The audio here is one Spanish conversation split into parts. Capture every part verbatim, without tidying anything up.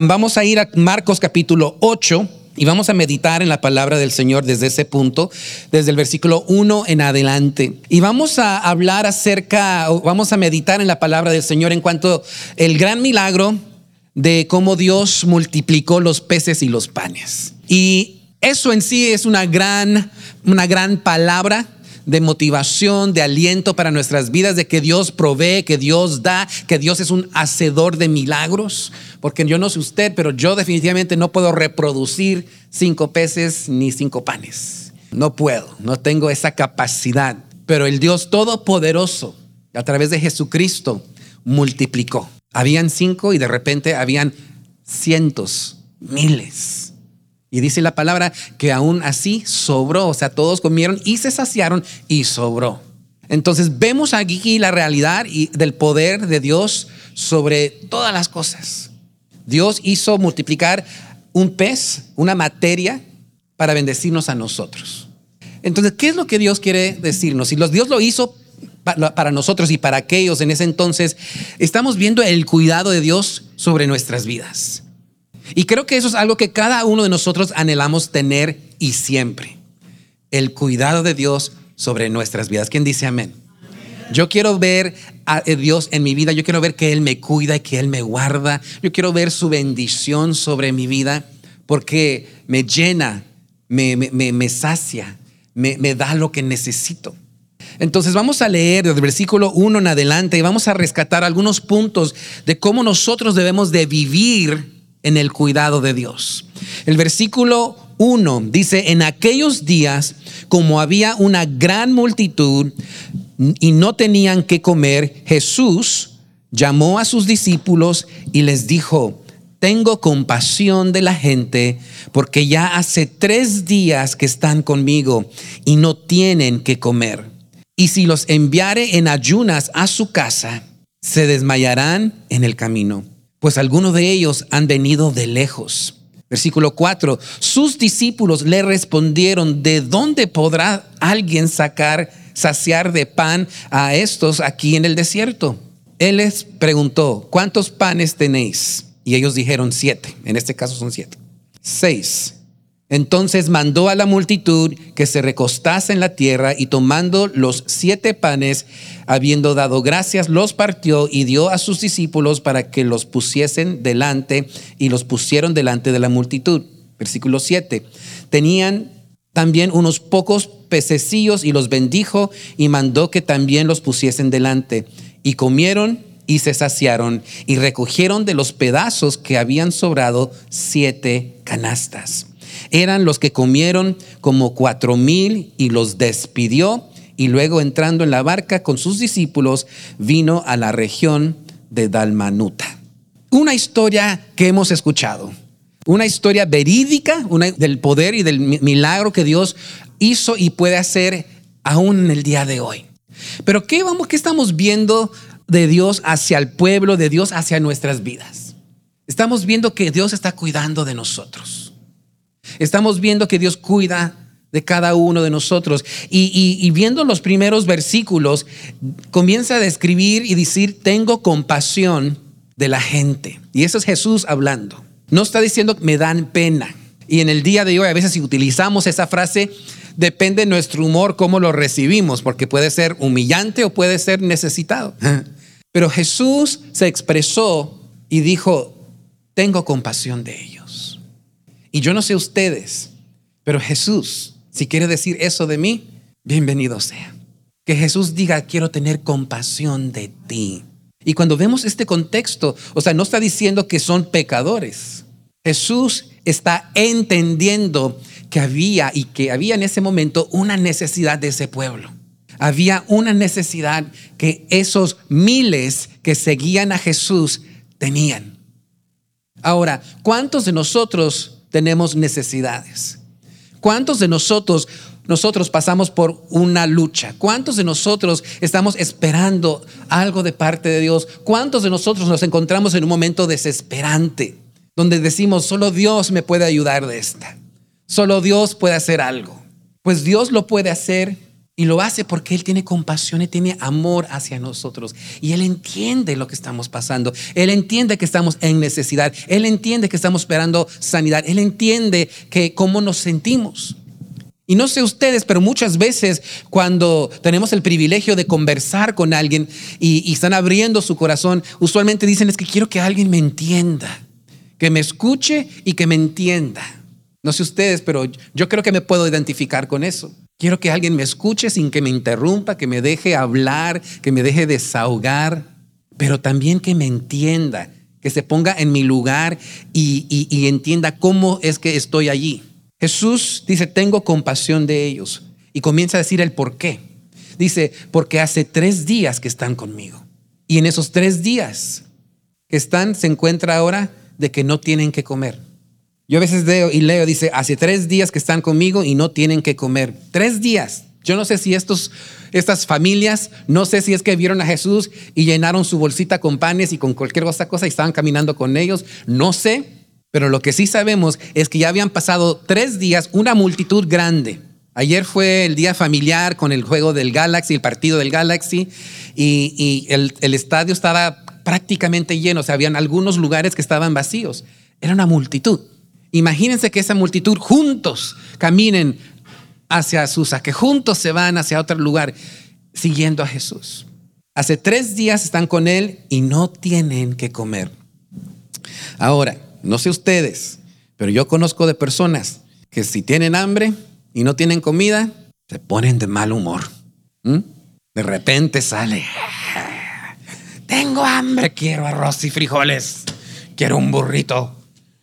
Vamos a ir a Marcos capítulo ocho y vamos a meditar en la palabra del Señor desde ese punto, desde el versículo uno en adelante. Y vamos a hablar acerca, vamos a meditar en la palabra del Señor en cuanto al gran milagro de cómo Dios multiplicó los peces y los panes. Y eso en sí es una gran, una gran palabra de motivación, de aliento para nuestras vidas, de que Dios provee, que Dios da, que Dios es un hacedor de milagros. Porque yo no sé usted, pero yo definitivamente no puedo reproducir cinco peces ni cinco panes. No puedo, no tengo esa capacidad. Pero el Dios Todopoderoso, a través de Jesucristo, multiplicó. Habían cinco y de repente habían cientos, miles. Y dice la palabra que aún así sobró, o sea, todos comieron y se saciaron y sobró. Entonces vemos aquí la realidad del poder de Dios sobre todas las cosas. Dios hizo multiplicar un pez, una materia, para bendecirnos a nosotros. Entonces, ¿qué es lo que Dios quiere decirnos? Si Dios lo hizo para nosotros y para aquellos en ese entonces, estamos viendo el cuidado de Dios sobre nuestras vidas. Y creo que eso es algo que cada uno de nosotros anhelamos tener y siempre. El cuidado de Dios sobre nuestras vidas. ¿Quién dice amén? Amén. Yo quiero ver a Dios en mi vida. Yo quiero ver que Él me cuida y que Él me guarda. Yo quiero ver su bendición sobre mi vida porque me llena, me, me, me, me sacia, me, me da lo que necesito. Entonces vamos a leer desde el versículo uno en adelante y vamos a rescatar algunos puntos de cómo nosotros debemos de vivir en el cuidado de Dios. El versículo uno dice: en aquellos días, como había una gran multitud y no tenían qué comer, Jesús llamó a sus discípulos y les dijo: tengo compasión de la gente, porque ya hace tres días que están conmigo y no tienen qué comer. Y si los enviare en ayunas a su casa, se desmayarán en el camino, pues algunos de ellos han venido de lejos. Versículo cuatro, sus discípulos le respondieron: ¿de dónde podrá alguien sacar, saciar de pan a estos aquí en el desierto? Él les preguntó: ¿cuántos panes tenéis? Y ellos dijeron: siete. En este caso son siete. Seis. Entonces mandó a la multitud que se recostase en la tierra y tomando los siete panes, habiendo dado gracias, los partió y dio a sus discípulos para que los pusiesen delante, y los pusieron delante de la multitud. Versículo siete. Tenían también unos pocos pececillos y los bendijo y mandó que también los pusiesen delante. Y comieron y se saciaron y recogieron de los pedazos que habían sobrado siete canastas. Eran los que comieron como cuatro mil y los despidió, y luego entrando en la barca con sus discípulos vino a la región de Dalmanuta. Una historia que hemos escuchado, una historia verídica, una del poder y del milagro que Dios hizo y puede hacer aún en el día de hoy. Pero ¿qué vamos, qué estamos viendo de Dios hacia el pueblo, de Dios hacia nuestras vidas? Estamos viendo que Dios está cuidando de nosotros. Estamos viendo que Dios cuida de cada uno de nosotros. Y, y, y viendo los primeros versículos, comienza a describir y decir: tengo compasión de la gente. Y eso es Jesús hablando. No está diciendo me dan pena. Y en el día de hoy, a veces si utilizamos esa frase, depende de nuestro humor cómo lo recibimos, porque puede ser humillante o puede ser necesitado. Pero Jesús se expresó y dijo: tengo compasión de ellos. Y yo no sé ustedes, pero Jesús, si quiere decir eso de mí, bienvenido sea. Que Jesús diga: quiero tener compasión de ti. Y cuando vemos este contexto, o sea, no está diciendo que son pecadores. Jesús está entendiendo que había y que había en ese momento una necesidad de ese pueblo. Había una necesidad que esos miles que seguían a Jesús tenían. Ahora, ¿cuántos de nosotros tenemos necesidades? ¿Cuántos de nosotros, nosotros pasamos por una lucha? ¿Cuántos de nosotros estamos esperando algo de parte de Dios? ¿Cuántos de nosotros nos encontramos en un momento desesperante donde decimos: solo Dios me puede ayudar de esta? Solo Dios puede hacer algo. Pues Dios lo puede hacer Y lo hace porque Él tiene compasión y tiene amor hacia nosotros. Y Él entiende lo que estamos pasando. Él entiende que estamos en necesidad. Él entiende que estamos esperando sanidad. Él entiende que cómo nos sentimos. Y no sé ustedes, pero muchas veces cuando tenemos el privilegio de conversar con alguien y, y están abriendo su corazón, usualmente dicen: es que quiero que alguien me entienda, que me escuche y que me entienda. No sé ustedes, pero yo creo que me puedo identificar con eso. Quiero que alguien me escuche sin que me interrumpa, que me deje hablar, que me deje desahogar, pero también que me entienda, que se ponga en mi lugar y, y, y entienda cómo es que estoy allí. Jesús dice: tengo compasión de ellos, y comienza a decir el por qué. Dice: porque hace tres días que están conmigo, y en esos tres días que están se encuentra ahora de que no tienen que comer. Yo a veces leo y leo, dice: hace tres días que están conmigo y no tienen que comer. Tres días. Yo no sé si estos, estas familias, no sé si es que vieron a Jesús y llenaron su bolsita con panes y con cualquier otra cosa y estaban caminando con ellos. No sé. Pero lo que sí sabemos es que ya habían pasado tres días, una multitud grande. Ayer fue el día familiar con el juego del Galaxy, el partido del Galaxy, y, y el, el estadio estaba prácticamente lleno. O sea, habían algunos lugares que estaban vacíos. Era una multitud. Imagínense que esa multitud juntos caminen hacia Susa, que juntos se van hacia otro lugar siguiendo a Jesús. Hace tres días están con Él y no tienen que comer. Ahora, no sé ustedes, pero yo conozco de personas que si tienen hambre y no tienen comida, se ponen de mal humor. ¿Mm? De repente sale: tengo hambre, quiero arroz y frijoles, quiero un burrito.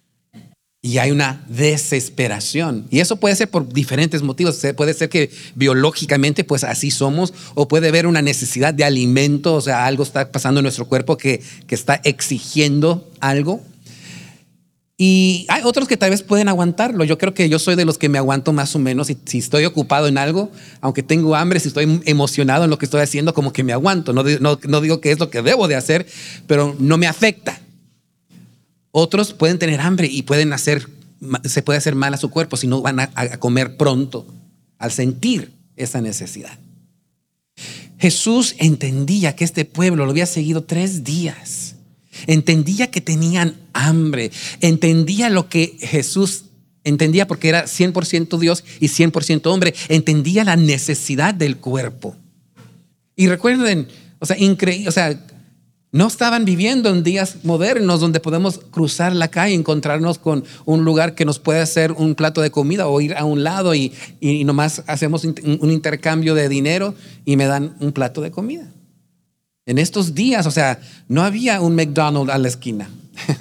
Y hay una desesperación. Y eso puede ser por diferentes motivos. Puede ser que biológicamente pues así somos, o puede haber una necesidad de alimento, o sea, algo está pasando en nuestro cuerpo que, que está exigiendo algo. Y hay otros que tal vez pueden aguantarlo. Yo creo que yo soy de los que me aguanto más o menos. Si, si estoy ocupado en algo, aunque tengo hambre, si estoy emocionado en lo que estoy haciendo, como que me aguanto. No, no, no digo que es lo que debo de hacer, pero no me afecta. Otros pueden tener hambre y pueden hacer, se puede hacer mal a su cuerpo si no van a, a comer pronto al sentir esa necesidad. Jesús entendía que este pueblo lo había seguido tres días. Entendía que tenían hambre, entendía lo que Jesús entendía, porque era cien por ciento Dios y cien por ciento hombre. Entendía la necesidad del cuerpo. Y recuerden, o sea, increíble, o sea, no estaban viviendo en días modernos donde podemos cruzar la calle, encontrarnos con un lugar que nos puede hacer un plato de comida, o ir a un lado y, y nomás hacemos un intercambio de dinero y me dan un plato de comida. En estos días, o sea, no había un McDonald's a la esquina.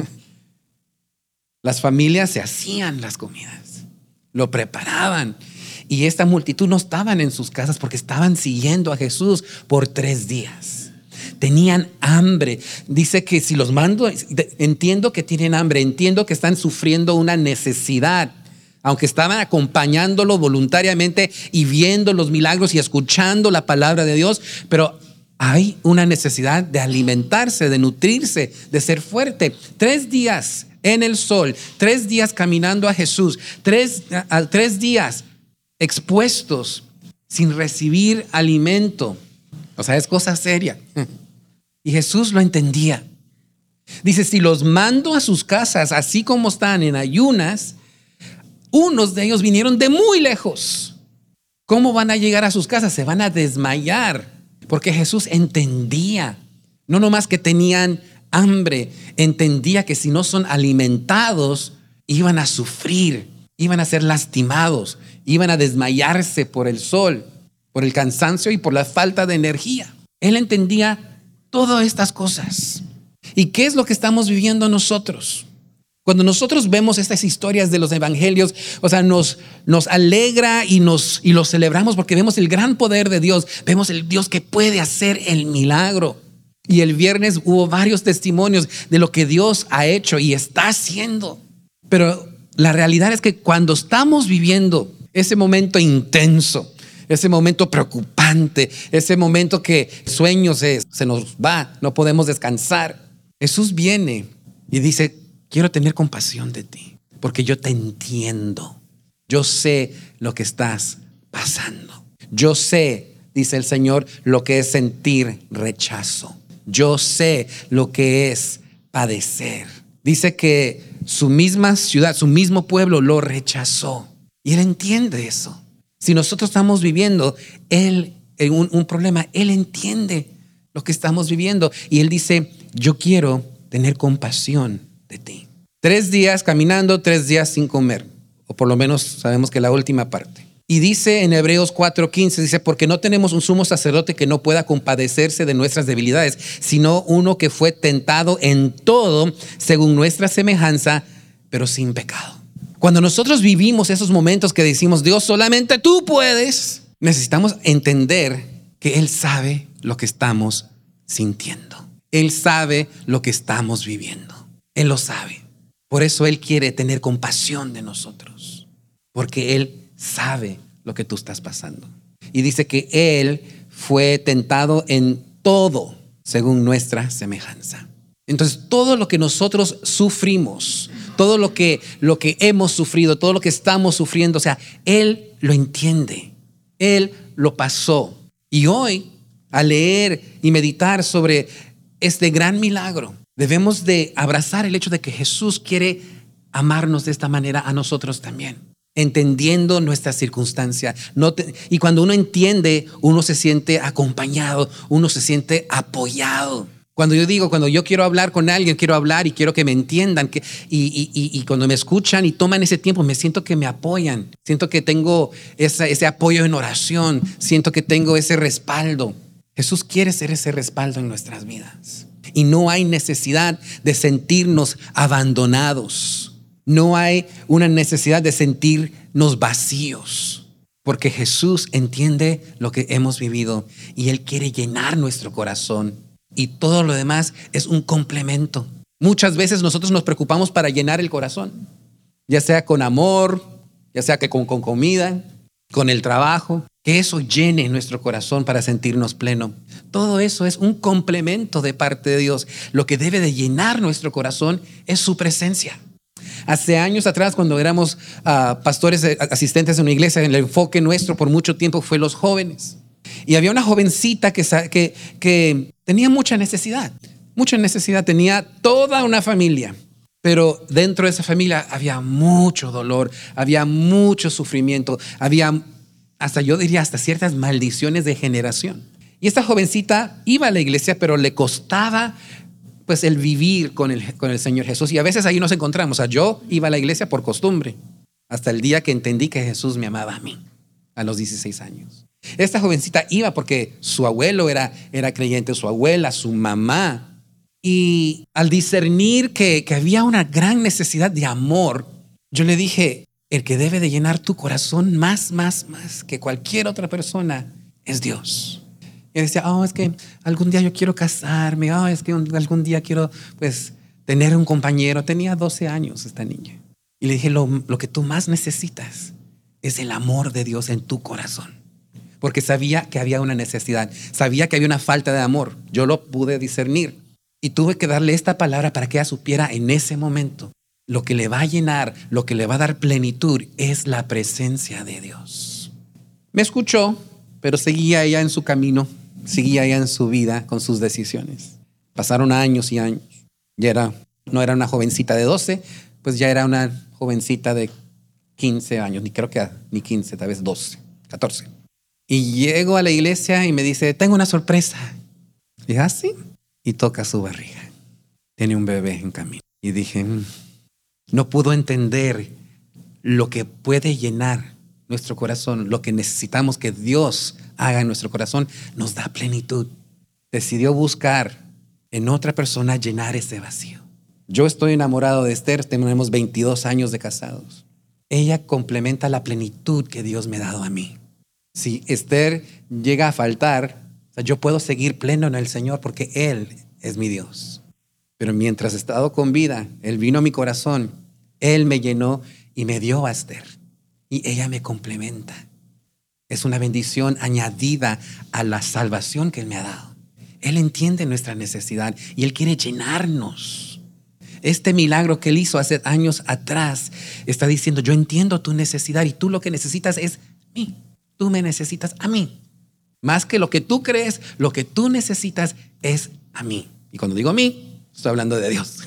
Las familias se hacían las comidas, lo preparaban. Y esta multitud no estaban en sus casas porque estaban siguiendo a Jesús por tres días. Tenían hambre. Dice que si los mando, entiendo que tienen hambre, entiendo que están sufriendo una necesidad. Aunque estaban acompañándolo voluntariamente y viendo los milagros y escuchando la palabra de Dios, pero hay una necesidad de alimentarse, de nutrirse, de ser fuerte. Tres días en el sol, tres días caminando a Jesús, tres, a, tres días expuestos sin recibir alimento. O sea, es cosa seria. Y Jesús lo entendía. Dice: si los mando a sus casas, así como están en ayunas, unos de ellos vinieron de muy lejos. ¿Cómo van a llegar a sus casas? Se van a desmayar. Porque Jesús entendía, no nomás que tenían hambre, entendía que si no son alimentados, iban a sufrir, iban a ser lastimados, iban a desmayarse por el sol, por el cansancio y por la falta de energía. Él entendía todas estas cosas. ¿Y qué es lo que estamos viviendo nosotros? Cuando nosotros vemos estas historias de los evangelios, o sea, nos, nos alegra y, nos, y lo celebramos porque vemos el gran poder de Dios. Vemos el Dios que puede hacer el milagro. Y el viernes hubo varios testimonios de lo que Dios ha hecho y está haciendo. Pero la realidad es que cuando estamos viviendo ese momento intenso, ese momento preocupante, ese momento que el sueño se, se nos va, no podemos descansar, Jesús viene y dice: quiero tener compasión de ti, porque yo te entiendo. Yo sé lo que estás pasando. Yo sé dice el Señor, lo que es sentir rechazo. Yo sé lo que es padecer. Dice que su misma ciudad, su mismo pueblo lo rechazó. Y Él entiende eso. Si nosotros estamos viviendo Él, un, un problema, Él entiende lo que estamos viviendo. Y Él dice, yo quiero tener compasión de ti. Tres días caminando, tres días sin comer. O por lo menos sabemos que la última parte. Y dice en Hebreos cuatro quince, dice, porque no tenemos un sumo sacerdote que no pueda compadecerse de nuestras debilidades, sino uno que fue tentado en todo según nuestra semejanza, pero sin pecado. Cuando nosotros vivimos esos momentos que decimos, Dios, solamente tú puedes, necesitamos entender que Él sabe lo que estamos sintiendo. Él sabe lo que estamos viviendo. Él lo sabe. Por eso Él quiere tener compasión de nosotros, porque Él sabe lo que tú estás pasando. Y dice que Él fue tentado en todo según nuestra semejanza. Entonces, todo lo que nosotros sufrimos, todo lo que, lo que hemos sufrido, todo lo que estamos sufriendo, o sea, Él lo entiende. Él lo pasó. Y hoy, al leer y meditar sobre este gran milagro, debemos de abrazar el hecho de que Jesús quiere amarnos de esta manera a nosotros también, entendiendo nuestra circunstancia. No te, y cuando uno entiende, uno se siente acompañado, uno se siente apoyado. Cuando yo digo, cuando yo quiero hablar con alguien, quiero hablar y quiero que me entiendan. Que, y, y, y, y cuando me escuchan y toman ese tiempo, me siento que me apoyan. Siento que tengo esa, ese apoyo en oración. Siento que tengo ese respaldo. Jesús quiere ser ese respaldo en nuestras vidas. Y no hay necesidad de sentirnos abandonados. No hay una necesidad de sentirnos vacíos. Porque Jesús entiende lo que hemos vivido y Él quiere llenar nuestro corazón. Y todo lo demás es un complemento. Muchas veces nosotros nos preocupamos para llenar el corazón, ya sea con amor, ya sea que con, con comida, con el trabajo, que eso llene nuestro corazón para sentirnos pleno. Todo eso es un complemento de parte de Dios. Lo que debe de llenar nuestro corazón es su presencia. Hace años atrás, cuando éramos uh, pastores asistentes en una iglesia, el enfoque nuestro por mucho tiempo fue los jóvenes. Y había una jovencita que, que, que tenía mucha necesidad, mucha necesidad, tenía toda una familia, pero dentro de esa familia había mucho dolor, había mucho sufrimiento, había hasta, yo diría, hasta ciertas maldiciones de generación. Y esta jovencita iba a la iglesia, pero le costaba pues el vivir con el, con el Señor Jesús. Y a veces ahí nos encontramos. O sea, yo iba a la iglesia por costumbre, hasta el día que entendí que Jesús me amaba a mí, a los dieciséis años. Esta jovencita iba porque su abuelo era, era creyente, su abuela, su mamá. Y al discernir que, que había una gran necesidad de amor, yo le dije, el que debe de llenar tu corazón más, más, más que cualquier otra persona es Dios. Y decía, oh, es que algún día yo quiero casarme, oh, es que un, algún día quiero pues tener un compañero. Tenía doce años esta niña. Y le dije, lo, lo que tú más necesitas es el amor de Dios en tu corazón. Porque sabía que había una necesidad, sabía que había una falta de amor. Yo lo pude discernir y tuve que darle esta palabra para que ella supiera en ese momento. Lo que le va a llenar, lo que le va a dar plenitud es la presencia de Dios. Me escuchó, pero seguía ella en su camino, seguía ella en su vida con sus decisiones. Pasaron años y años. Ya era, no era una jovencita de doce, pues ya era una jovencita de quince años, ni creo que ni quince, tal vez doce, catorce. Y llego a la iglesia y me dice, tengo una sorpresa. Y dije, ¿ah, sí? Y toca su barriga. Tiene un bebé en camino. Y dije, mmm. No pudo entender lo que puede llenar nuestro corazón, lo que necesitamos que Dios haga en nuestro corazón, nos da plenitud. Decidió buscar en otra persona llenar ese vacío. Yo estoy enamorado de Esther, tenemos veintidós años de casados. Ella complementa la plenitud que Dios me ha dado a mí. Si Esther llega a faltar, o sea, yo puedo seguir pleno en el Señor porque Él es mi Dios. Pero mientras he estado con vida, Él vino a mi corazón, Él me llenó y me dio a Esther. Y ella me complementa. Es una bendición añadida a la salvación que Él me ha dado. Él entiende nuestra necesidad y Él quiere llenarnos. Este milagro que Él hizo hace años atrás está diciendo, yo entiendo tu necesidad y tú lo que necesitas es mí. Tú me necesitas a mí. Más que lo que tú crees, lo que tú necesitas es a mí. Y cuando digo a mí, estoy hablando de Dios.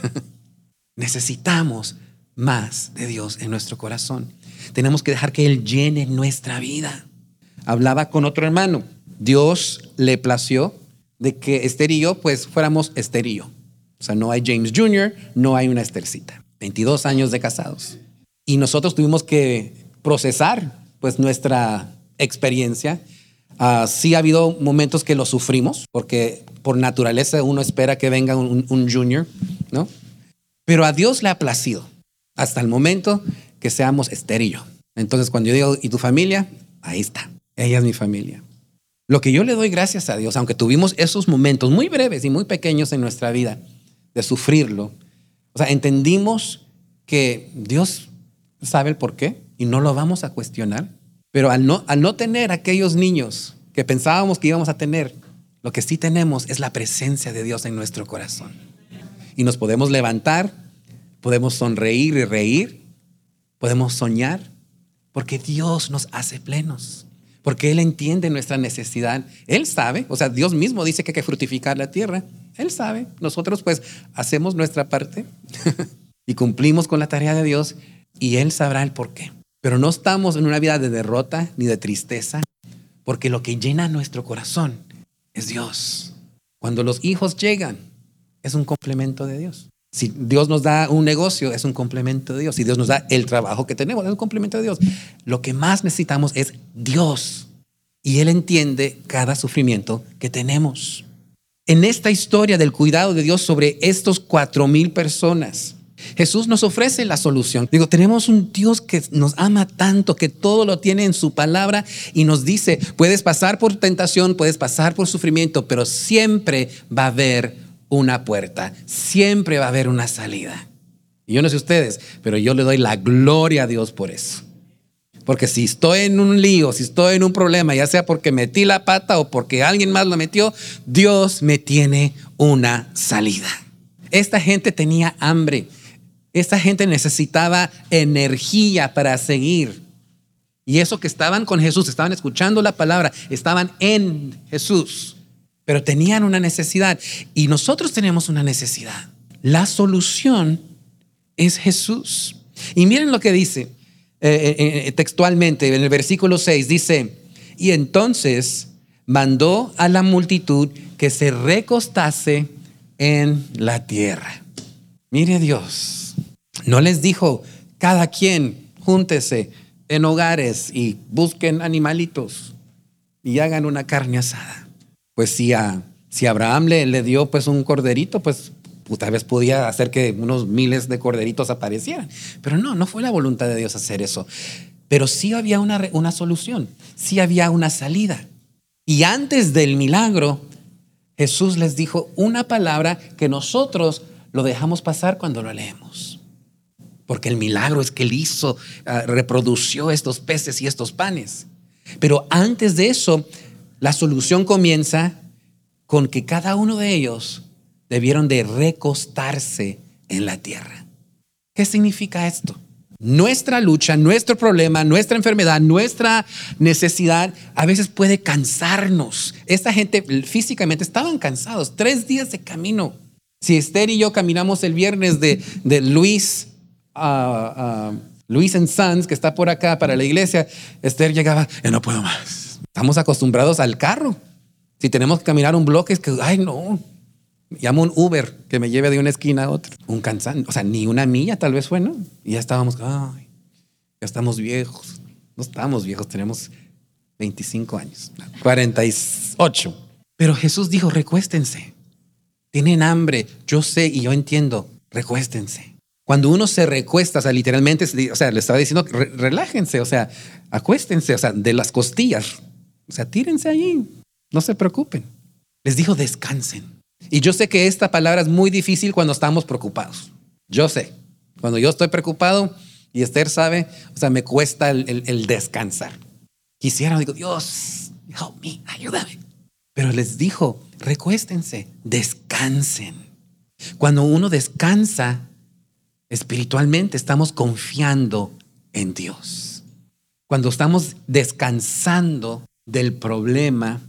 Necesitamos más de Dios en nuestro corazón. Tenemos que dejar que Él llene nuestra vida. Hablaba con otro hermano. Dios le plació de que Esther y yo pues fuéramos Esther y yo. O sea, no hay James junior, no hay una Esthercita. veintidós años de casados. Y nosotros tuvimos que procesar pues nuestra experiencia. Uh, sí ha habido momentos que lo sufrimos, porque por naturaleza uno espera que venga un, un junior, ¿no? Pero a Dios le ha placido hasta el momento que seamos Esther y yo. Entonces cuando yo digo, ¿y tu familia? Ahí está, ella es mi familia. Lo que yo le doy gracias a Dios, aunque tuvimos esos momentos muy breves y muy pequeños en nuestra vida de sufrirlo, o sea, entendimos que Dios sabe el por qué y no lo vamos a cuestionar. Pero al no, al no tener aquellos niños que pensábamos que íbamos a tener, lo que sí tenemos es la presencia de Dios en nuestro corazón. Y nos podemos levantar, podemos sonreír y reír, podemos soñar, porque Dios nos hace plenos, porque Él entiende nuestra necesidad. Él sabe, o sea, Dios mismo dice que hay que fructificar la tierra. Él sabe. Nosotros pues hacemos nuestra parte y cumplimos con la tarea de Dios y Él sabrá el por qué. Pero no estamos en una vida de derrota ni de tristeza, porque lo que llena nuestro corazón es Dios. Cuando los hijos llegan, es un complemento de Dios. Si Dios nos da un negocio, es un complemento de Dios. Si Dios nos da el trabajo que tenemos, es un complemento de Dios. Lo que más necesitamos es Dios. Y Él entiende cada sufrimiento que tenemos. En esta historia del cuidado de Dios sobre estos cuatro mil personas, Jesús nos ofrece la solución. Digo, tenemos un Dios que nos ama tanto, que todo lo tiene en su palabra y nos dice, puedes pasar por tentación, puedes pasar por sufrimiento, pero siempre va a haber una puerta, siempre va a haber una salida. Y yo no sé ustedes, pero yo le doy la gloria a Dios por eso. Porque si estoy en un lío, si estoy en un problema, ya sea porque metí la pata o porque alguien más lo metió, Dios me tiene una salida. Esta gente tenía hambre. Esta gente necesitaba energía para seguir. Y eso que estaban con Jesús, estaban escuchando la palabra, estaban en Jesús, pero tenían una necesidad. Y nosotros tenemos una necesidad. La solución es Jesús. Y miren lo que dice eh, eh, textualmente en el versículo seis. Dice, y entonces mandó a la multitud que se recostase en la tierra. Mire Dios. No les dijo, cada quien júntese en hogares y busquen animalitos y hagan una carne asada. Pues si a, si Abraham le, le dio pues un corderito, pues, pues tal vez podía hacer que unos miles de corderitos aparecieran. Pero no, no fue la voluntad de Dios hacer eso. Pero sí había una, una solución, sí había una salida. Y antes del milagro, Jesús les dijo una palabra que nosotros lo dejamos pasar cuando lo leemos. Porque el milagro es que Él hizo, uh, reprodució estos peces y estos panes. Pero antes de eso, la solución comienza con que cada uno de ellos debieron de recostarse en la tierra. ¿Qué significa esto? Nuestra lucha, nuestro problema, nuestra enfermedad, nuestra necesidad a veces puede cansarnos. Esta gente físicamente estaban cansados, tres días de camino. Si Esther y yo caminamos el viernes de, de Luis, uh, uh, Luis and Sons, que está por acá para la iglesia, Esther llegaba, ya no puedo más. Estamos acostumbrados al carro. Si tenemos que caminar un bloque, es que, ay no, llamo un Uber que me lleve de una esquina a otra. Un cansancio, o sea, ni una milla tal vez fue, ¿no? Y ya estábamos, ay, ya estamos viejos. No estábamos viejos, tenemos veinticinco años, cuarenta y ocho. Pero Jesús dijo, recuéstense. Tienen hambre, yo sé y yo entiendo, recuéstense. Cuando uno se recuesta, o sea, literalmente, o sea, le estaba diciendo, re, relájense, o sea, acuéstense, o sea, de las costillas. O sea, tírense allí, no se preocupen. Les dijo, descansen. Y yo sé que esta palabra es muy difícil cuando estamos preocupados. Yo sé, cuando yo estoy preocupado y Esther sabe, o sea, me cuesta el, el, el descansar. Quisiera, digo, Dios, help me, ayúdame. Pero les dijo, recuéstense, descansen. Cuando uno descansa espiritualmente, estamos confiando en Dios. Cuando estamos descansando del problema,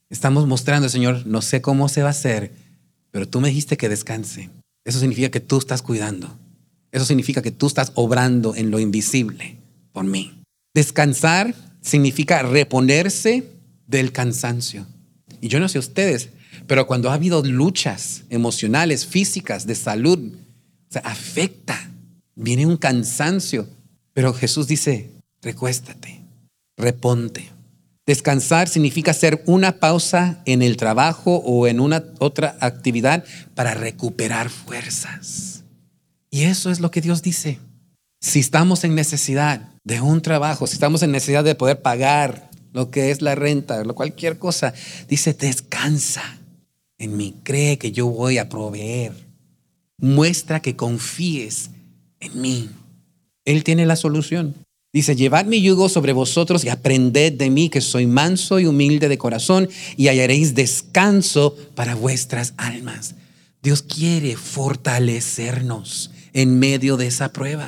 Estamos mostrando, Señor, no sé cómo se va a hacer, pero tú me dijiste que descanse. Eso significa que tú estás cuidando. Eso significa que tú estás obrando en lo invisible por mí. Descansar significa reponerse del cansancio. Y yo no sé ustedes, pero cuando ha habido luchas emocionales, físicas, de salud, o sea, afecta. Viene un cansancio. Pero Jesús dice, recuéstate, reponte. Descansar significa hacer una pausa en el trabajo o en una otra actividad para recuperar fuerzas. Y eso es lo que Dios dice. Si estamos en necesidad de un trabajo, si estamos en necesidad de poder pagar lo que es la renta, cualquier cosa, dice, descansa en mí, cree que yo voy a proveer. Muestra que confíes en mí. Él tiene la solución. Dice, llevad mi yugo sobre vosotros y aprended de mí, que soy manso y humilde de corazón, y hallaréis descanso para vuestras almas. Dios quiere fortalecernos en medio de esa prueba.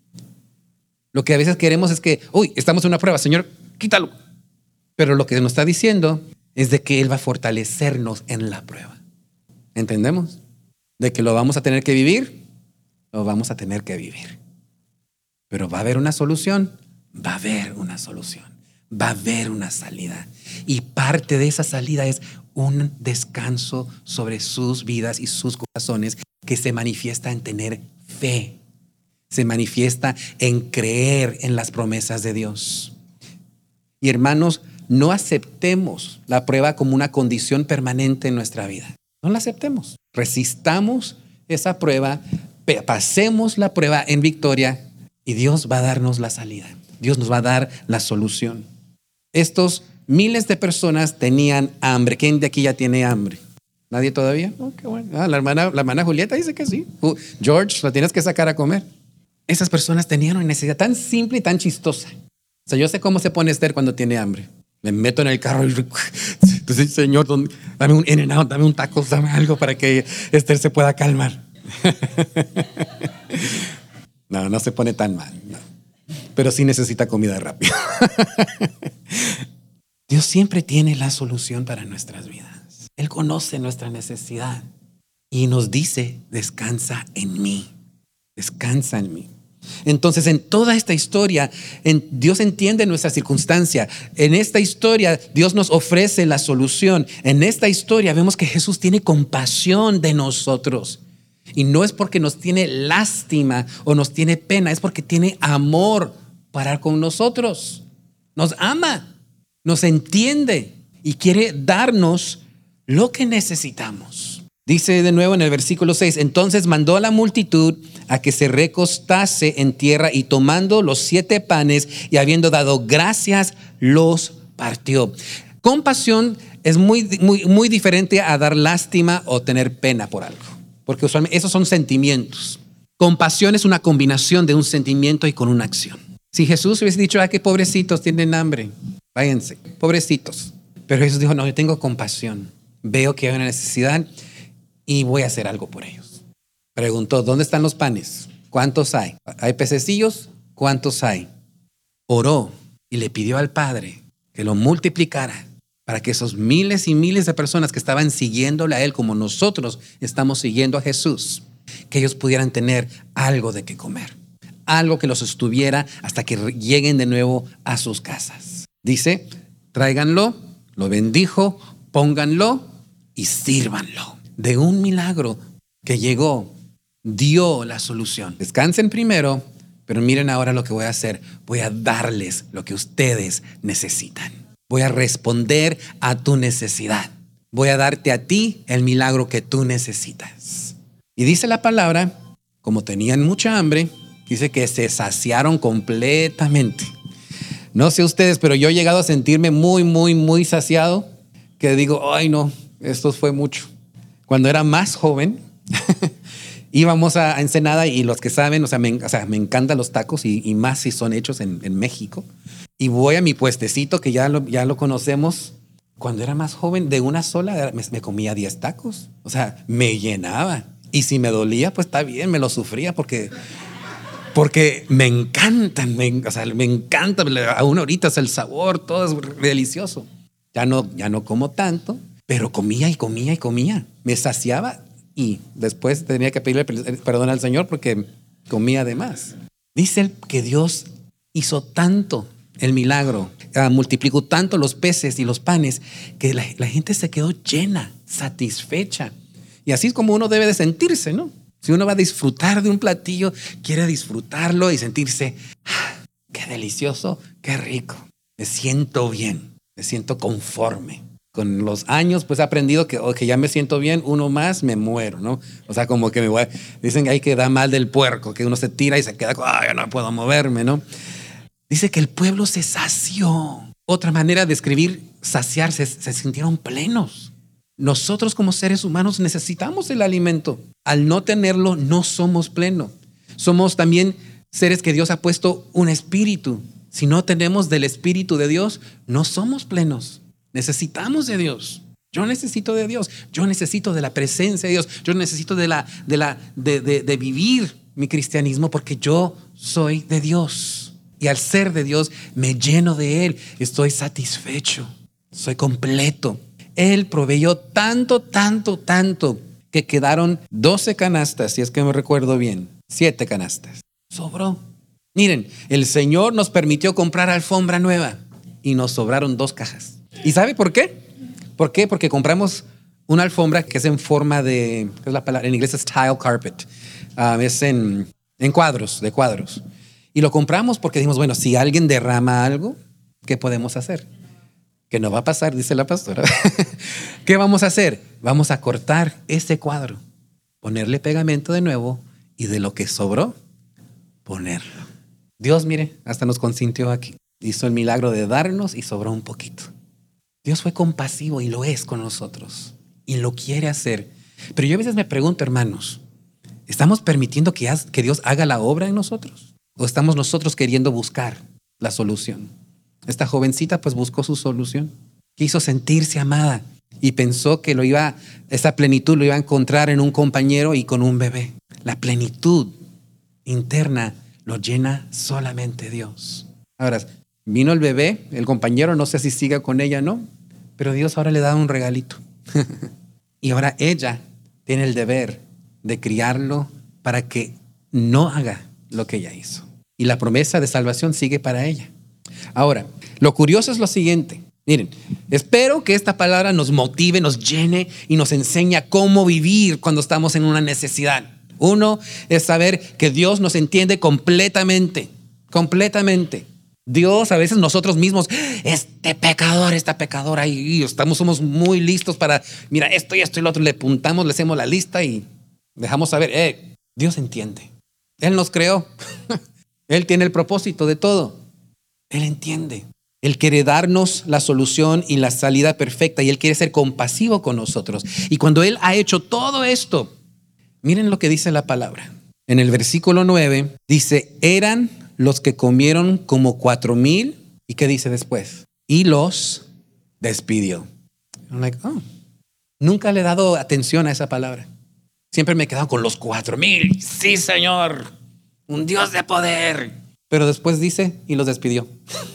Lo que a veces queremos es que, uy, estamos en una prueba, Señor, quítalo. Pero lo que nos está diciendo es de que Él va a fortalecernos en la prueba. ¿Entendemos? De que lo vamos a tener que vivir, lo vamos a tener que vivir. Pero va a haber una solución, va a haber una solución, va a haber una salida. Y parte de esa salida es un descanso sobre sus vidas y sus corazones que se manifiesta en tener fe, se manifiesta en creer en las promesas de Dios. Y hermanos, no aceptemos la prueba como una condición permanente en nuestra vida. No la aceptemos. Resistamos esa prueba, pasemos la prueba en victoria y Dios va a darnos la salida. Dios nos va a dar la solución. Estos miles de personas tenían hambre. ¿Quién de aquí ya tiene hambre? ¿Nadie todavía? Oh, qué bueno. Ah, la hermana, la hermana Julieta dice que sí. Uh, George, la tienes que sacar a comer. Esas personas tenían una necesidad tan simple y tan chistosa. O sea, yo sé cómo se pone Esther cuando tiene hambre. Me meto en el carro y entonces, Señor, dame un In-N-Out, dame un taco, dame algo para que Esther se pueda calmar. No, no se pone tan mal, no. Pero sí necesita comida rápida. Dios siempre tiene la solución para nuestras vidas. Él conoce nuestra necesidad y nos dice, descansa en mí, descansa en mí. Entonces, en toda esta historia, en, Dios entiende nuestra circunstancia. En esta historia, Dios nos ofrece la solución. En esta historia vemos que Jesús tiene compasión de nosotros. Y no es porque nos tiene lástima o nos tiene pena, es porque tiene amor para con nosotros. Nos ama, nos entiende y quiere darnos lo que necesitamos. Dice de nuevo en el versículo seis, entonces mandó a la multitud a que se recostase en tierra y tomando los siete panes y habiendo dado gracias, los partió. Compasión es muy, muy, muy diferente a dar lástima o tener pena por algo, porque usualmente esos son sentimientos. Compasión es una combinación de un sentimiento y con una acción. Si Jesús hubiese dicho, ah, qué pobrecitos tienen hambre, váyanse, pobrecitos. Pero Jesús dijo, no, yo tengo compasión, veo que hay una necesidad y voy a hacer algo por ellos. Preguntó, ¿dónde están los panes? ¿Cuántos hay? ¿Hay pececillos? ¿Cuántos hay? Oró y le pidió al Padre que lo multiplicara para que esos miles y miles de personas que estaban siguiéndole a Él como nosotros estamos siguiendo a Jesús, que ellos pudieran tener algo de qué comer, algo que los sostuviera hasta que lleguen de nuevo a sus casas. Dice, tráiganlo, lo bendijo, pónganlo y sírvanlo. De un milagro que llegó, dio la solución. Descansen primero, pero miren ahora lo que voy a hacer. Voy a darles lo que ustedes necesitan. Voy a responder a tu necesidad. Voy a darte a ti el milagro que tú necesitas. Y dice la palabra, como tenían mucha hambre, dice que se saciaron completamente. No sé ustedes, pero yo he llegado a sentirme muy, muy, muy saciado, que digo, ay no, esto fue mucho. Cuando era más joven, íbamos a Ensenada y los que saben, o sea, me, o sea, me encantan los tacos y, y más si son hechos en, en México. Y voy a mi puestecito que ya lo, ya lo conocemos. Cuando era más joven, de una sola me, me comía diez tacos. O sea, me llenaba. Y si me dolía, pues está bien, me lo sufría porque, porque me encantan. Me, o sea, me encanta. Aún ahorita es el sabor, todo es delicioso. Ya no, ya no como tanto, pero comía y comía y comía. Me saciaba y después tenía que pedirle perdón al Señor porque comía de más. Dice él que Dios hizo tanto el milagro, uh, multiplicó tanto los peces y los panes, que la, la gente se quedó llena, satisfecha. Y así es como uno debe de sentirse, ¿no? Si uno va a disfrutar de un platillo, quiere disfrutarlo y sentirse, ah, qué delicioso, qué rico. Me siento bien, me siento conforme. Con los años, pues he aprendido que, oh, que ya me siento bien, uno más, me muero, ¿no? O sea, como que me voy, dicen que hay que da mal del puerco, que uno se tira y se queda, ah, ya no puedo moverme, ¿no? Dice que el pueblo se sació. Otra manera de escribir saciarse, se sintieron plenos. Nosotros como seres humanos necesitamos el alimento. Al no tenerlo, no somos plenos. Somos también seres que Dios ha puesto un espíritu. Si no tenemos del espíritu de Dios, no somos plenos. Necesitamos de Dios. Yo necesito de Dios. Yo necesito de la presencia de Dios. Yo necesito de, la, de, la, de, de, de vivir mi cristianismo porque yo soy de Dios. Y al ser de Dios, me lleno de Él. Estoy satisfecho. Soy completo. Él proveyó tanto, tanto, tanto que quedaron doce canastas, si es que me recuerdo bien. Siete canastas. Sobró. Miren, el Señor nos permitió comprar alfombra nueva y nos sobraron dos cajas. ¿Y sabe por qué? ¿Por qué? Porque compramos una alfombra que es en forma de, ¿qué es la palabra? En inglés es tile carpet. Uh, es en, en cuadros, de cuadros. Y lo compramos porque dijimos, bueno, si alguien derrama algo, ¿qué podemos hacer? Que no va a pasar, dice la pastora. ¿Qué vamos a hacer? Vamos a cortar ese cuadro, ponerle pegamento de nuevo y de lo que sobró, ponerlo. Dios, mire, hasta nos consintió aquí. Hizo el milagro de darnos y sobró un poquito. Dios fue compasivo y lo es con nosotros y lo quiere hacer. Pero yo a veces me pregunto, hermanos, ¿estamos permitiendo que, haz, que Dios haga la obra en nosotros? ¿O estamos nosotros queriendo buscar la solución? Esta jovencita pues buscó su solución. Quiso sentirse amada y pensó que lo iba, esa plenitud lo iba a encontrar en un compañero y con un bebé. La plenitud interna lo llena solamente Dios. Ahora, vino el bebé, el compañero, no sé si siga con ella o no, pero Dios ahora le da un regalito. Y ahora ella tiene el deber de criarlo para que no haga lo que ella hizo. Y la promesa de salvación sigue para ella. Ahora, lo curioso es lo siguiente. Miren, espero que esta palabra nos motive, nos llene y nos enseñe cómo vivir cuando estamos en una necesidad. Uno es saber que Dios nos entiende completamente, completamente. Dios, a veces nosotros mismos, este pecador, esta pecadora, y estamos, somos muy listos para, mira, esto y esto y lo otro, le apuntamos, le hacemos la lista y dejamos saber, eh, Dios entiende. Él nos creó. Él tiene el propósito de todo. Él entiende. Él quiere darnos la solución y la salida perfecta y Él quiere ser compasivo con nosotros. Y cuando Él ha hecho todo esto, miren lo que dice la palabra. En el versículo nueve dice, eran los que comieron como cuatro mil. ¿Y qué dice después? Y los despidió. I'm like, oh, nunca le he dado atención a esa palabra. Siempre me he quedado con los cuatro mil. Sí, Señor, un Dios de poder. Pero después dice, y los despidió.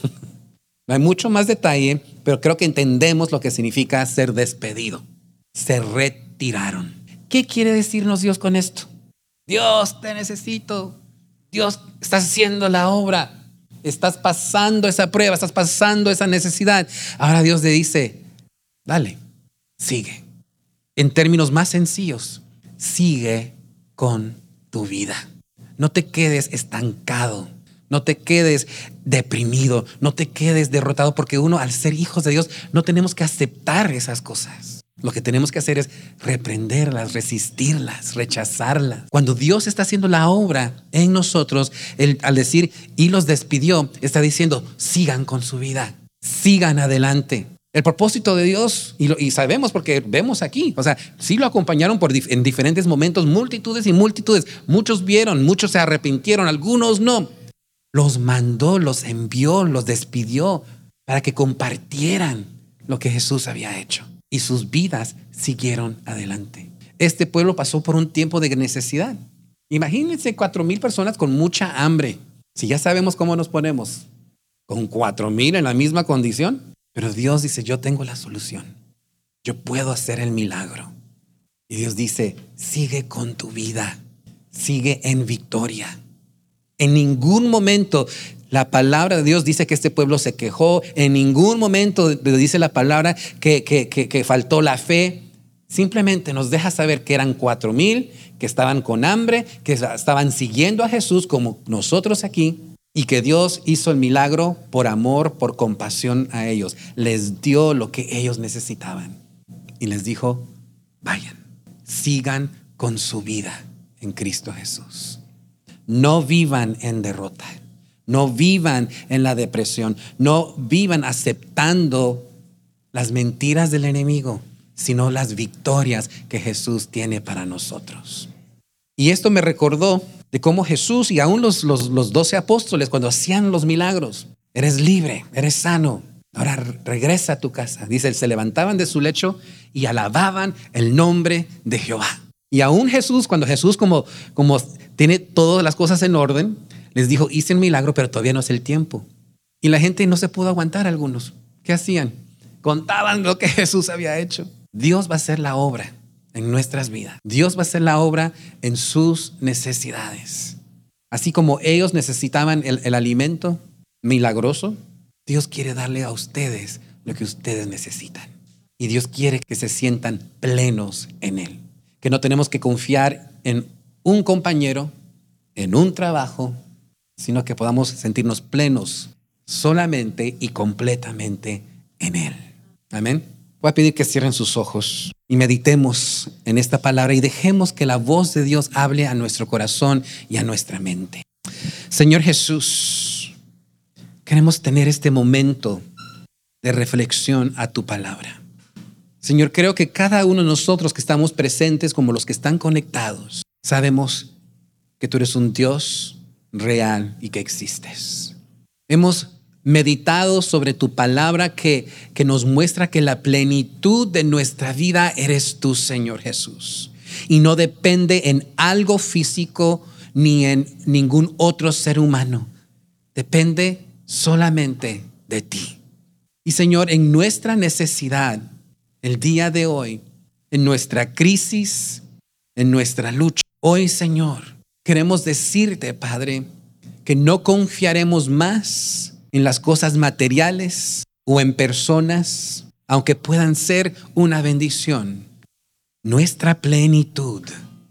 No hay mucho más detalle, pero creo que entendemos lo que significa ser despedido. Se retiraron. ¿Qué quiere decirnos Dios con esto? Dios, te necesito. Dios, estás haciendo la obra. Estás pasando esa prueba, estás pasando esa necesidad. Ahora Dios le dice, dale, sigue. En términos más sencillos, sigue con tu vida. No te quedes estancado. No te quedes deprimido, no te quedes derrotado, porque uno, al ser hijos de Dios, no tenemos que aceptar esas cosas. Lo que tenemos que hacer es reprenderlas, resistirlas, rechazarlas. Cuando Dios está haciendo la obra en nosotros, él, al decir, y los despidió, está diciendo, sigan con su vida, sigan adelante. El propósito de Dios, y, lo, y sabemos porque vemos aquí, o sea, sí lo acompañaron por dif- en diferentes momentos, multitudes y multitudes. Muchos vieron, muchos se arrepintieron, algunos no. Los mandó, los envió, los despidió para que compartieran lo que Jesús había hecho. Y sus vidas siguieron adelante. Este pueblo pasó por un tiempo de necesidad. Imagínense cuatro mil personas con mucha hambre. Si ya sabemos cómo nos ponemos, con cuatro mil en la misma condición. Pero Dios dice, yo tengo la solución. Yo puedo hacer el milagro. Y Dios dice, sigue con tu vida. Sigue en victoria. En ningún momento la palabra de Dios dice que este pueblo se quejó. En ningún momento dice la palabra que, que, que, que faltó la fe. Simplemente nos deja saber que eran cuatro mil, que estaban con hambre, que estaban siguiendo a Jesús como nosotros aquí, y que Dios hizo el milagro por amor, por compasión a ellos. Les dio lo que ellos necesitaban y les dijo, vayan, sigan con su vida en Cristo Jesús. No vivan en derrota, no vivan en la depresión, no vivan aceptando las mentiras del enemigo, sino las victorias que Jesús tiene para nosotros. Y esto me recordó de cómo Jesús y aún los, los, los doce apóstoles, cuando hacían los milagros, eres libre, eres sano, ahora regresa a tu casa. Dice, se levantaban de su lecho y alababan el nombre de Jehová. Y aún Jesús, cuando Jesús como, como tiene todas las cosas en orden, les dijo, hice un milagro, pero todavía no es el tiempo. Y la gente no se pudo aguantar, algunos. ¿Qué hacían? Contaban lo que Jesús había hecho. Dios va a hacer la obra en nuestras vidas. Dios va a hacer la obra en sus necesidades. Así como ellos necesitaban el, el alimento milagroso, Dios quiere darle a ustedes lo que ustedes necesitan. Y Dios quiere que se sientan plenos en Él. Que no tenemos que confiar en un compañero, en un trabajo, sino que podamos sentirnos plenos solamente y completamente en Él. Amén. Voy a pedir que cierren sus ojos y meditemos en esta palabra y dejemos que la voz de Dios hable a nuestro corazón y a nuestra mente. Señor Jesús, queremos tener este momento de reflexión a tu palabra. Señor, creo que cada uno de nosotros que estamos presentes, como los que están conectados, sabemos que tú eres un Dios real y que existes. Hemos meditado sobre tu palabra que, que nos muestra que la plenitud de nuestra vida eres tú, Señor Jesús. Y no depende en algo físico ni en ningún otro ser humano. Depende solamente de ti. Y Señor, en nuestra necesidad, el día de hoy, en nuestra crisis, en nuestra lucha, hoy, Señor, queremos decirte, Padre, que no confiaremos más en las cosas materiales o en personas, aunque puedan ser una bendición. Nuestra plenitud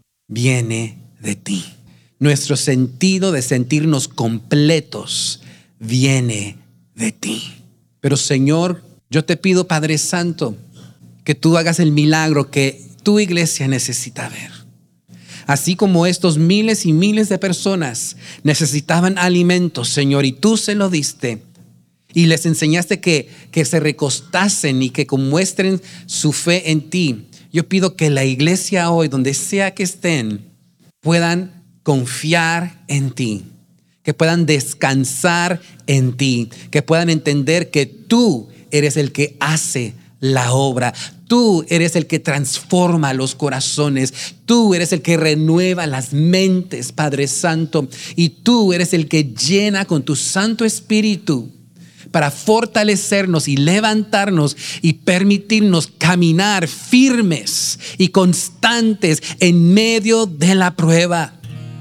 viene de ti. Nuestro sentido de sentirnos completos viene de ti. Pero Señor, yo te pido, Padre Santo, que tú hagas el milagro que tu iglesia necesita ver. Así como estos miles y miles de personas necesitaban alimentos, Señor, y tú se lo diste y les enseñaste que, que se recostasen y que muestren su fe en ti. Yo pido que la iglesia hoy, donde sea que estén, puedan confiar en ti, que puedan descansar en ti, que puedan entender que tú eres el que hace la obra. Tú eres el que transforma los corazones. Tú eres el que renueva las mentes, Padre Santo. Y tú eres el que llena con tu Santo Espíritu para fortalecernos y levantarnos y permitirnos caminar firmes y constantes en medio de la prueba.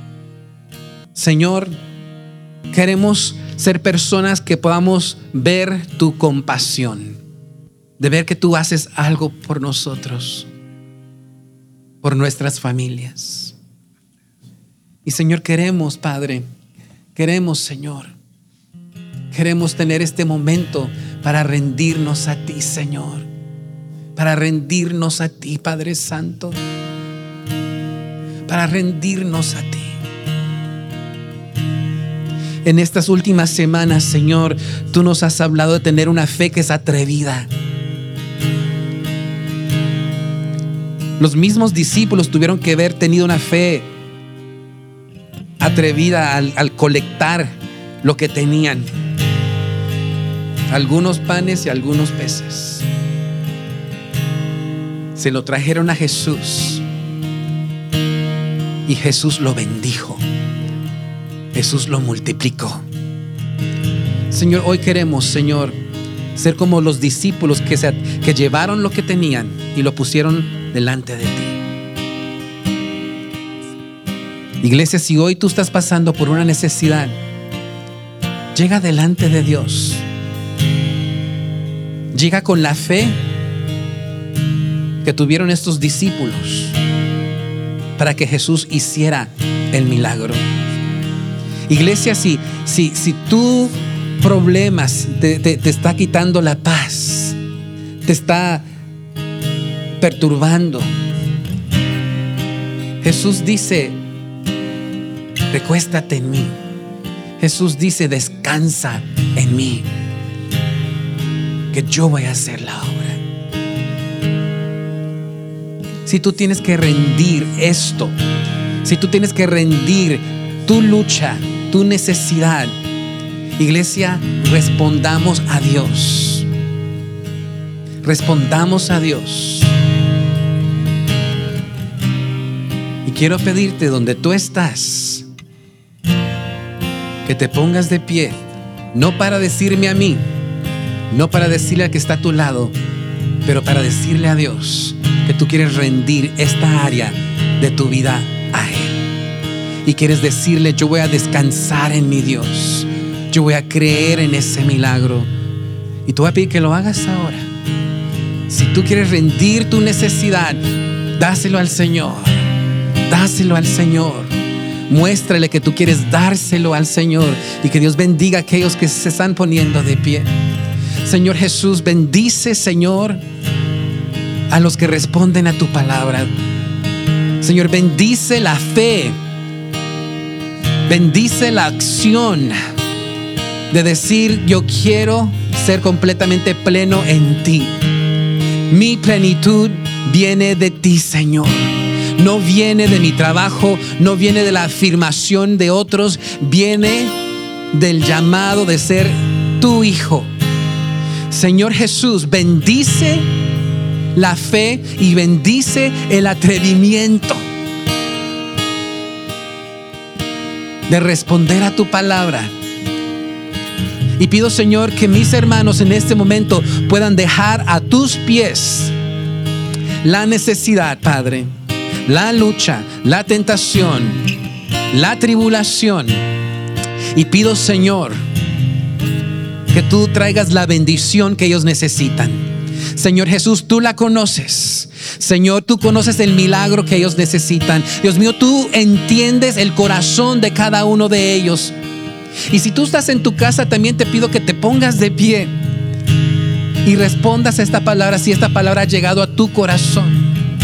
Señor, queremos ser personas que podamos ver tu compasión, de ver que tú haces algo por nosotros, por nuestras familias. Y Señor, queremos, Padre, queremos, Señor, queremos tener este momento para rendirnos a ti, Señor, para rendirnos a ti, Padre Santo, para rendirnos a ti. En estas últimas semanas, Señor, tú nos has hablado de tener una fe que es atrevida. Los mismos discípulos tuvieron que haber tenido una fe atrevida al, al colectar lo que tenían. Algunos panes y algunos peces. Se lo trajeron a Jesús y Jesús lo bendijo. Jesús lo multiplicó. Señor, hoy queremos, Señor, ser como los discípulos que, se, que llevaron lo que tenían y lo pusieron delante de ti. Iglesia, si hoy tú estás pasando por una necesidad, llega delante de Dios. Llega con la fe que tuvieron estos discípulos para que Jesús hiciera el milagro. Iglesia, si, si, si tu problemas te, te, te está quitando la paz, te está perturbando, Jesús dice: recuéstate en mí. Jesús dice: descansa en mí, que yo voy a hacer la obra. Si tú tienes que rendir esto, si tú tienes que rendir tu lucha, tu necesidad, iglesia, respondamos a Dios. Respondamos a Dios. Y quiero pedirte, donde tú estás, que te pongas de pie, no para decirme a mí, no para decirle al que está a tu lado, pero para decirle a Dios que tú quieres rendir esta área de tu vida a Él. Y quieres decirle: yo voy a descansar en mi Dios, yo voy a creer en ese milagro. Y te voy a pedir que lo hagas ahora. Si tú quieres rendir tu necesidad, dáselo al Señor. Dáselo al Señor. Muéstrale que tú quieres dárselo al Señor, y que Dios bendiga a aquellos que se están poniendo de pie. Señor Jesús, bendice, Señor, a los que responden a tu palabra. Señor, bendice la fe, bendice la acción de decir: yo quiero ser completamente pleno en ti. Mi plenitud viene de ti, Señor. No viene de mi trabajo, no viene de la afirmación de otros, viene del llamado de ser tu hijo. Señor Jesús, bendice la fe y bendice el atrevimiento de responder a tu palabra. Y pido, Señor, que mis hermanos en este momento puedan dejar a tus pies la necesidad, Padre, la lucha, la tentación, la tribulación. Y pido, Señor, que tú traigas la bendición que ellos necesitan. Señor Jesús, tú la conoces. Señor, tú conoces el milagro que ellos necesitan. Dios mío, tú entiendes el corazón de cada uno de ellos. Y si tú estás en tu casa, también te pido que te pongas de pie y respondas a esta palabra, si esta palabra ha llegado a tu corazón.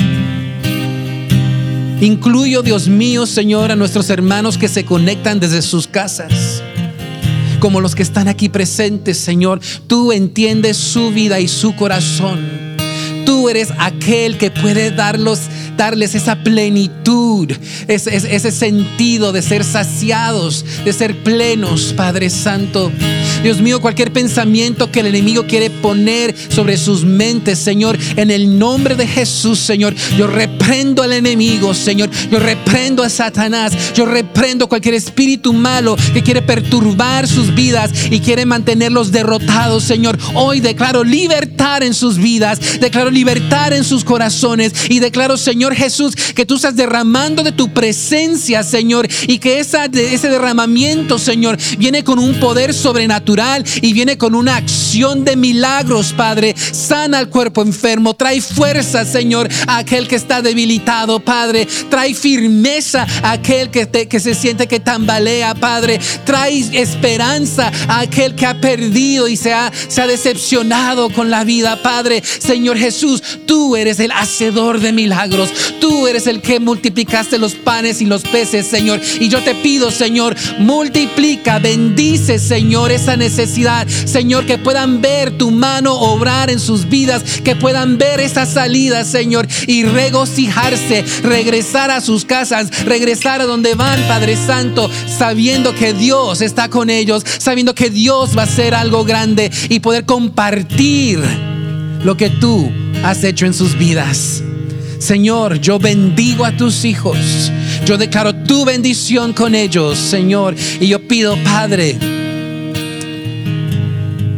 Incluyo, Dios mío, Señor, a nuestros hermanos que se conectan desde sus casas, como los que están aquí presentes. Señor, tú entiendes su vida y su corazón. Tú eres aquel que puede darlos, darles esa plenitud, ese, ese sentido de ser saciados, de ser plenos, Padre Santo. Dios mío, cualquier pensamiento que el enemigo quiere poner sobre sus mentes, Señor, en el nombre de Jesús, Señor, yo reprendo al enemigo, Señor. Yo reprendo a Satanás. Yo reprendo cualquier espíritu malo que quiere perturbar sus vidas y quiere mantenerlos derrotados, Señor. Hoy declaro libertad en sus vidas, declaro libertad en sus corazones, y declaro, Señor Jesús, que tú estás derramando de tu presencia, Señor, y que esa, ese derramamiento, Señor, viene con un poder sobrenatural y viene con una acción de milagros, Padre. Sana al cuerpo enfermo, trae fuerza, Señor, a aquel que está debilitado, Padre. Trae firmeza a aquel que, te, que se siente que tambalea, Padre. Trae esperanza a aquel que ha perdido y se ha, se ha decepcionado con la vida, Padre. Señor Jesús, tú eres el hacedor de milagros. Tú eres el que multiplicaste los panes y los peces, Señor. Y yo te pido, Señor, multiplica, bendice, Señor, esa necesidad, Señor, que puedan ver tu mano obrar en sus vidas, que puedan ver esa salida, Señor, y regocijarse, regresar a sus casas, regresar a donde van, Padre Santo, sabiendo que Dios está con ellos, sabiendo que Dios va a hacer algo grande y poder compartir lo que tú has hecho en sus vidas. Señor, yo bendigo a tus hijos. Yo declaro tu bendición con ellos, Señor. Y yo pido, Padre,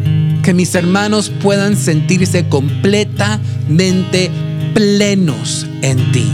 que mis hermanos puedan sentirse completamente plenos en ti.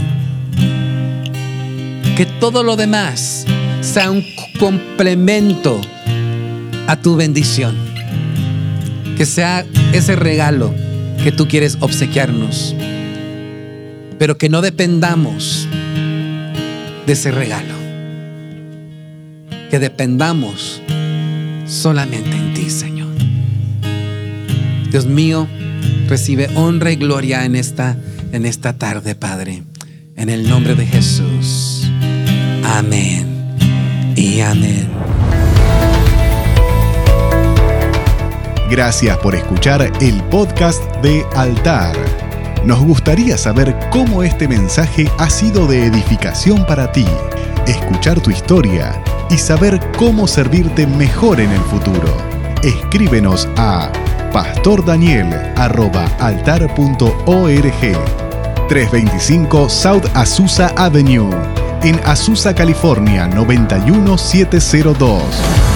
Que todo lo demás sea un complemento a tu bendición. Que sea ese regalo que tú quieres obsequiarnos, pero que no dependamos de ese regalo. Que dependamos solamente en ti, Señor. Dios mío, recibe honra y gloria en esta, en esta tarde, Padre. En el nombre de Jesús. Amén y amén. Gracias por escuchar el podcast de Altar. Nos gustaría saber cómo este mensaje ha sido de edificación para ti, escuchar tu historia y saber cómo servirte mejor en el futuro. Escríbenos a pastor daniel arroba altar punto org, trescientos veinticinco South Azusa Avenue, en Azusa, California, noventa y uno mil setecientos dos.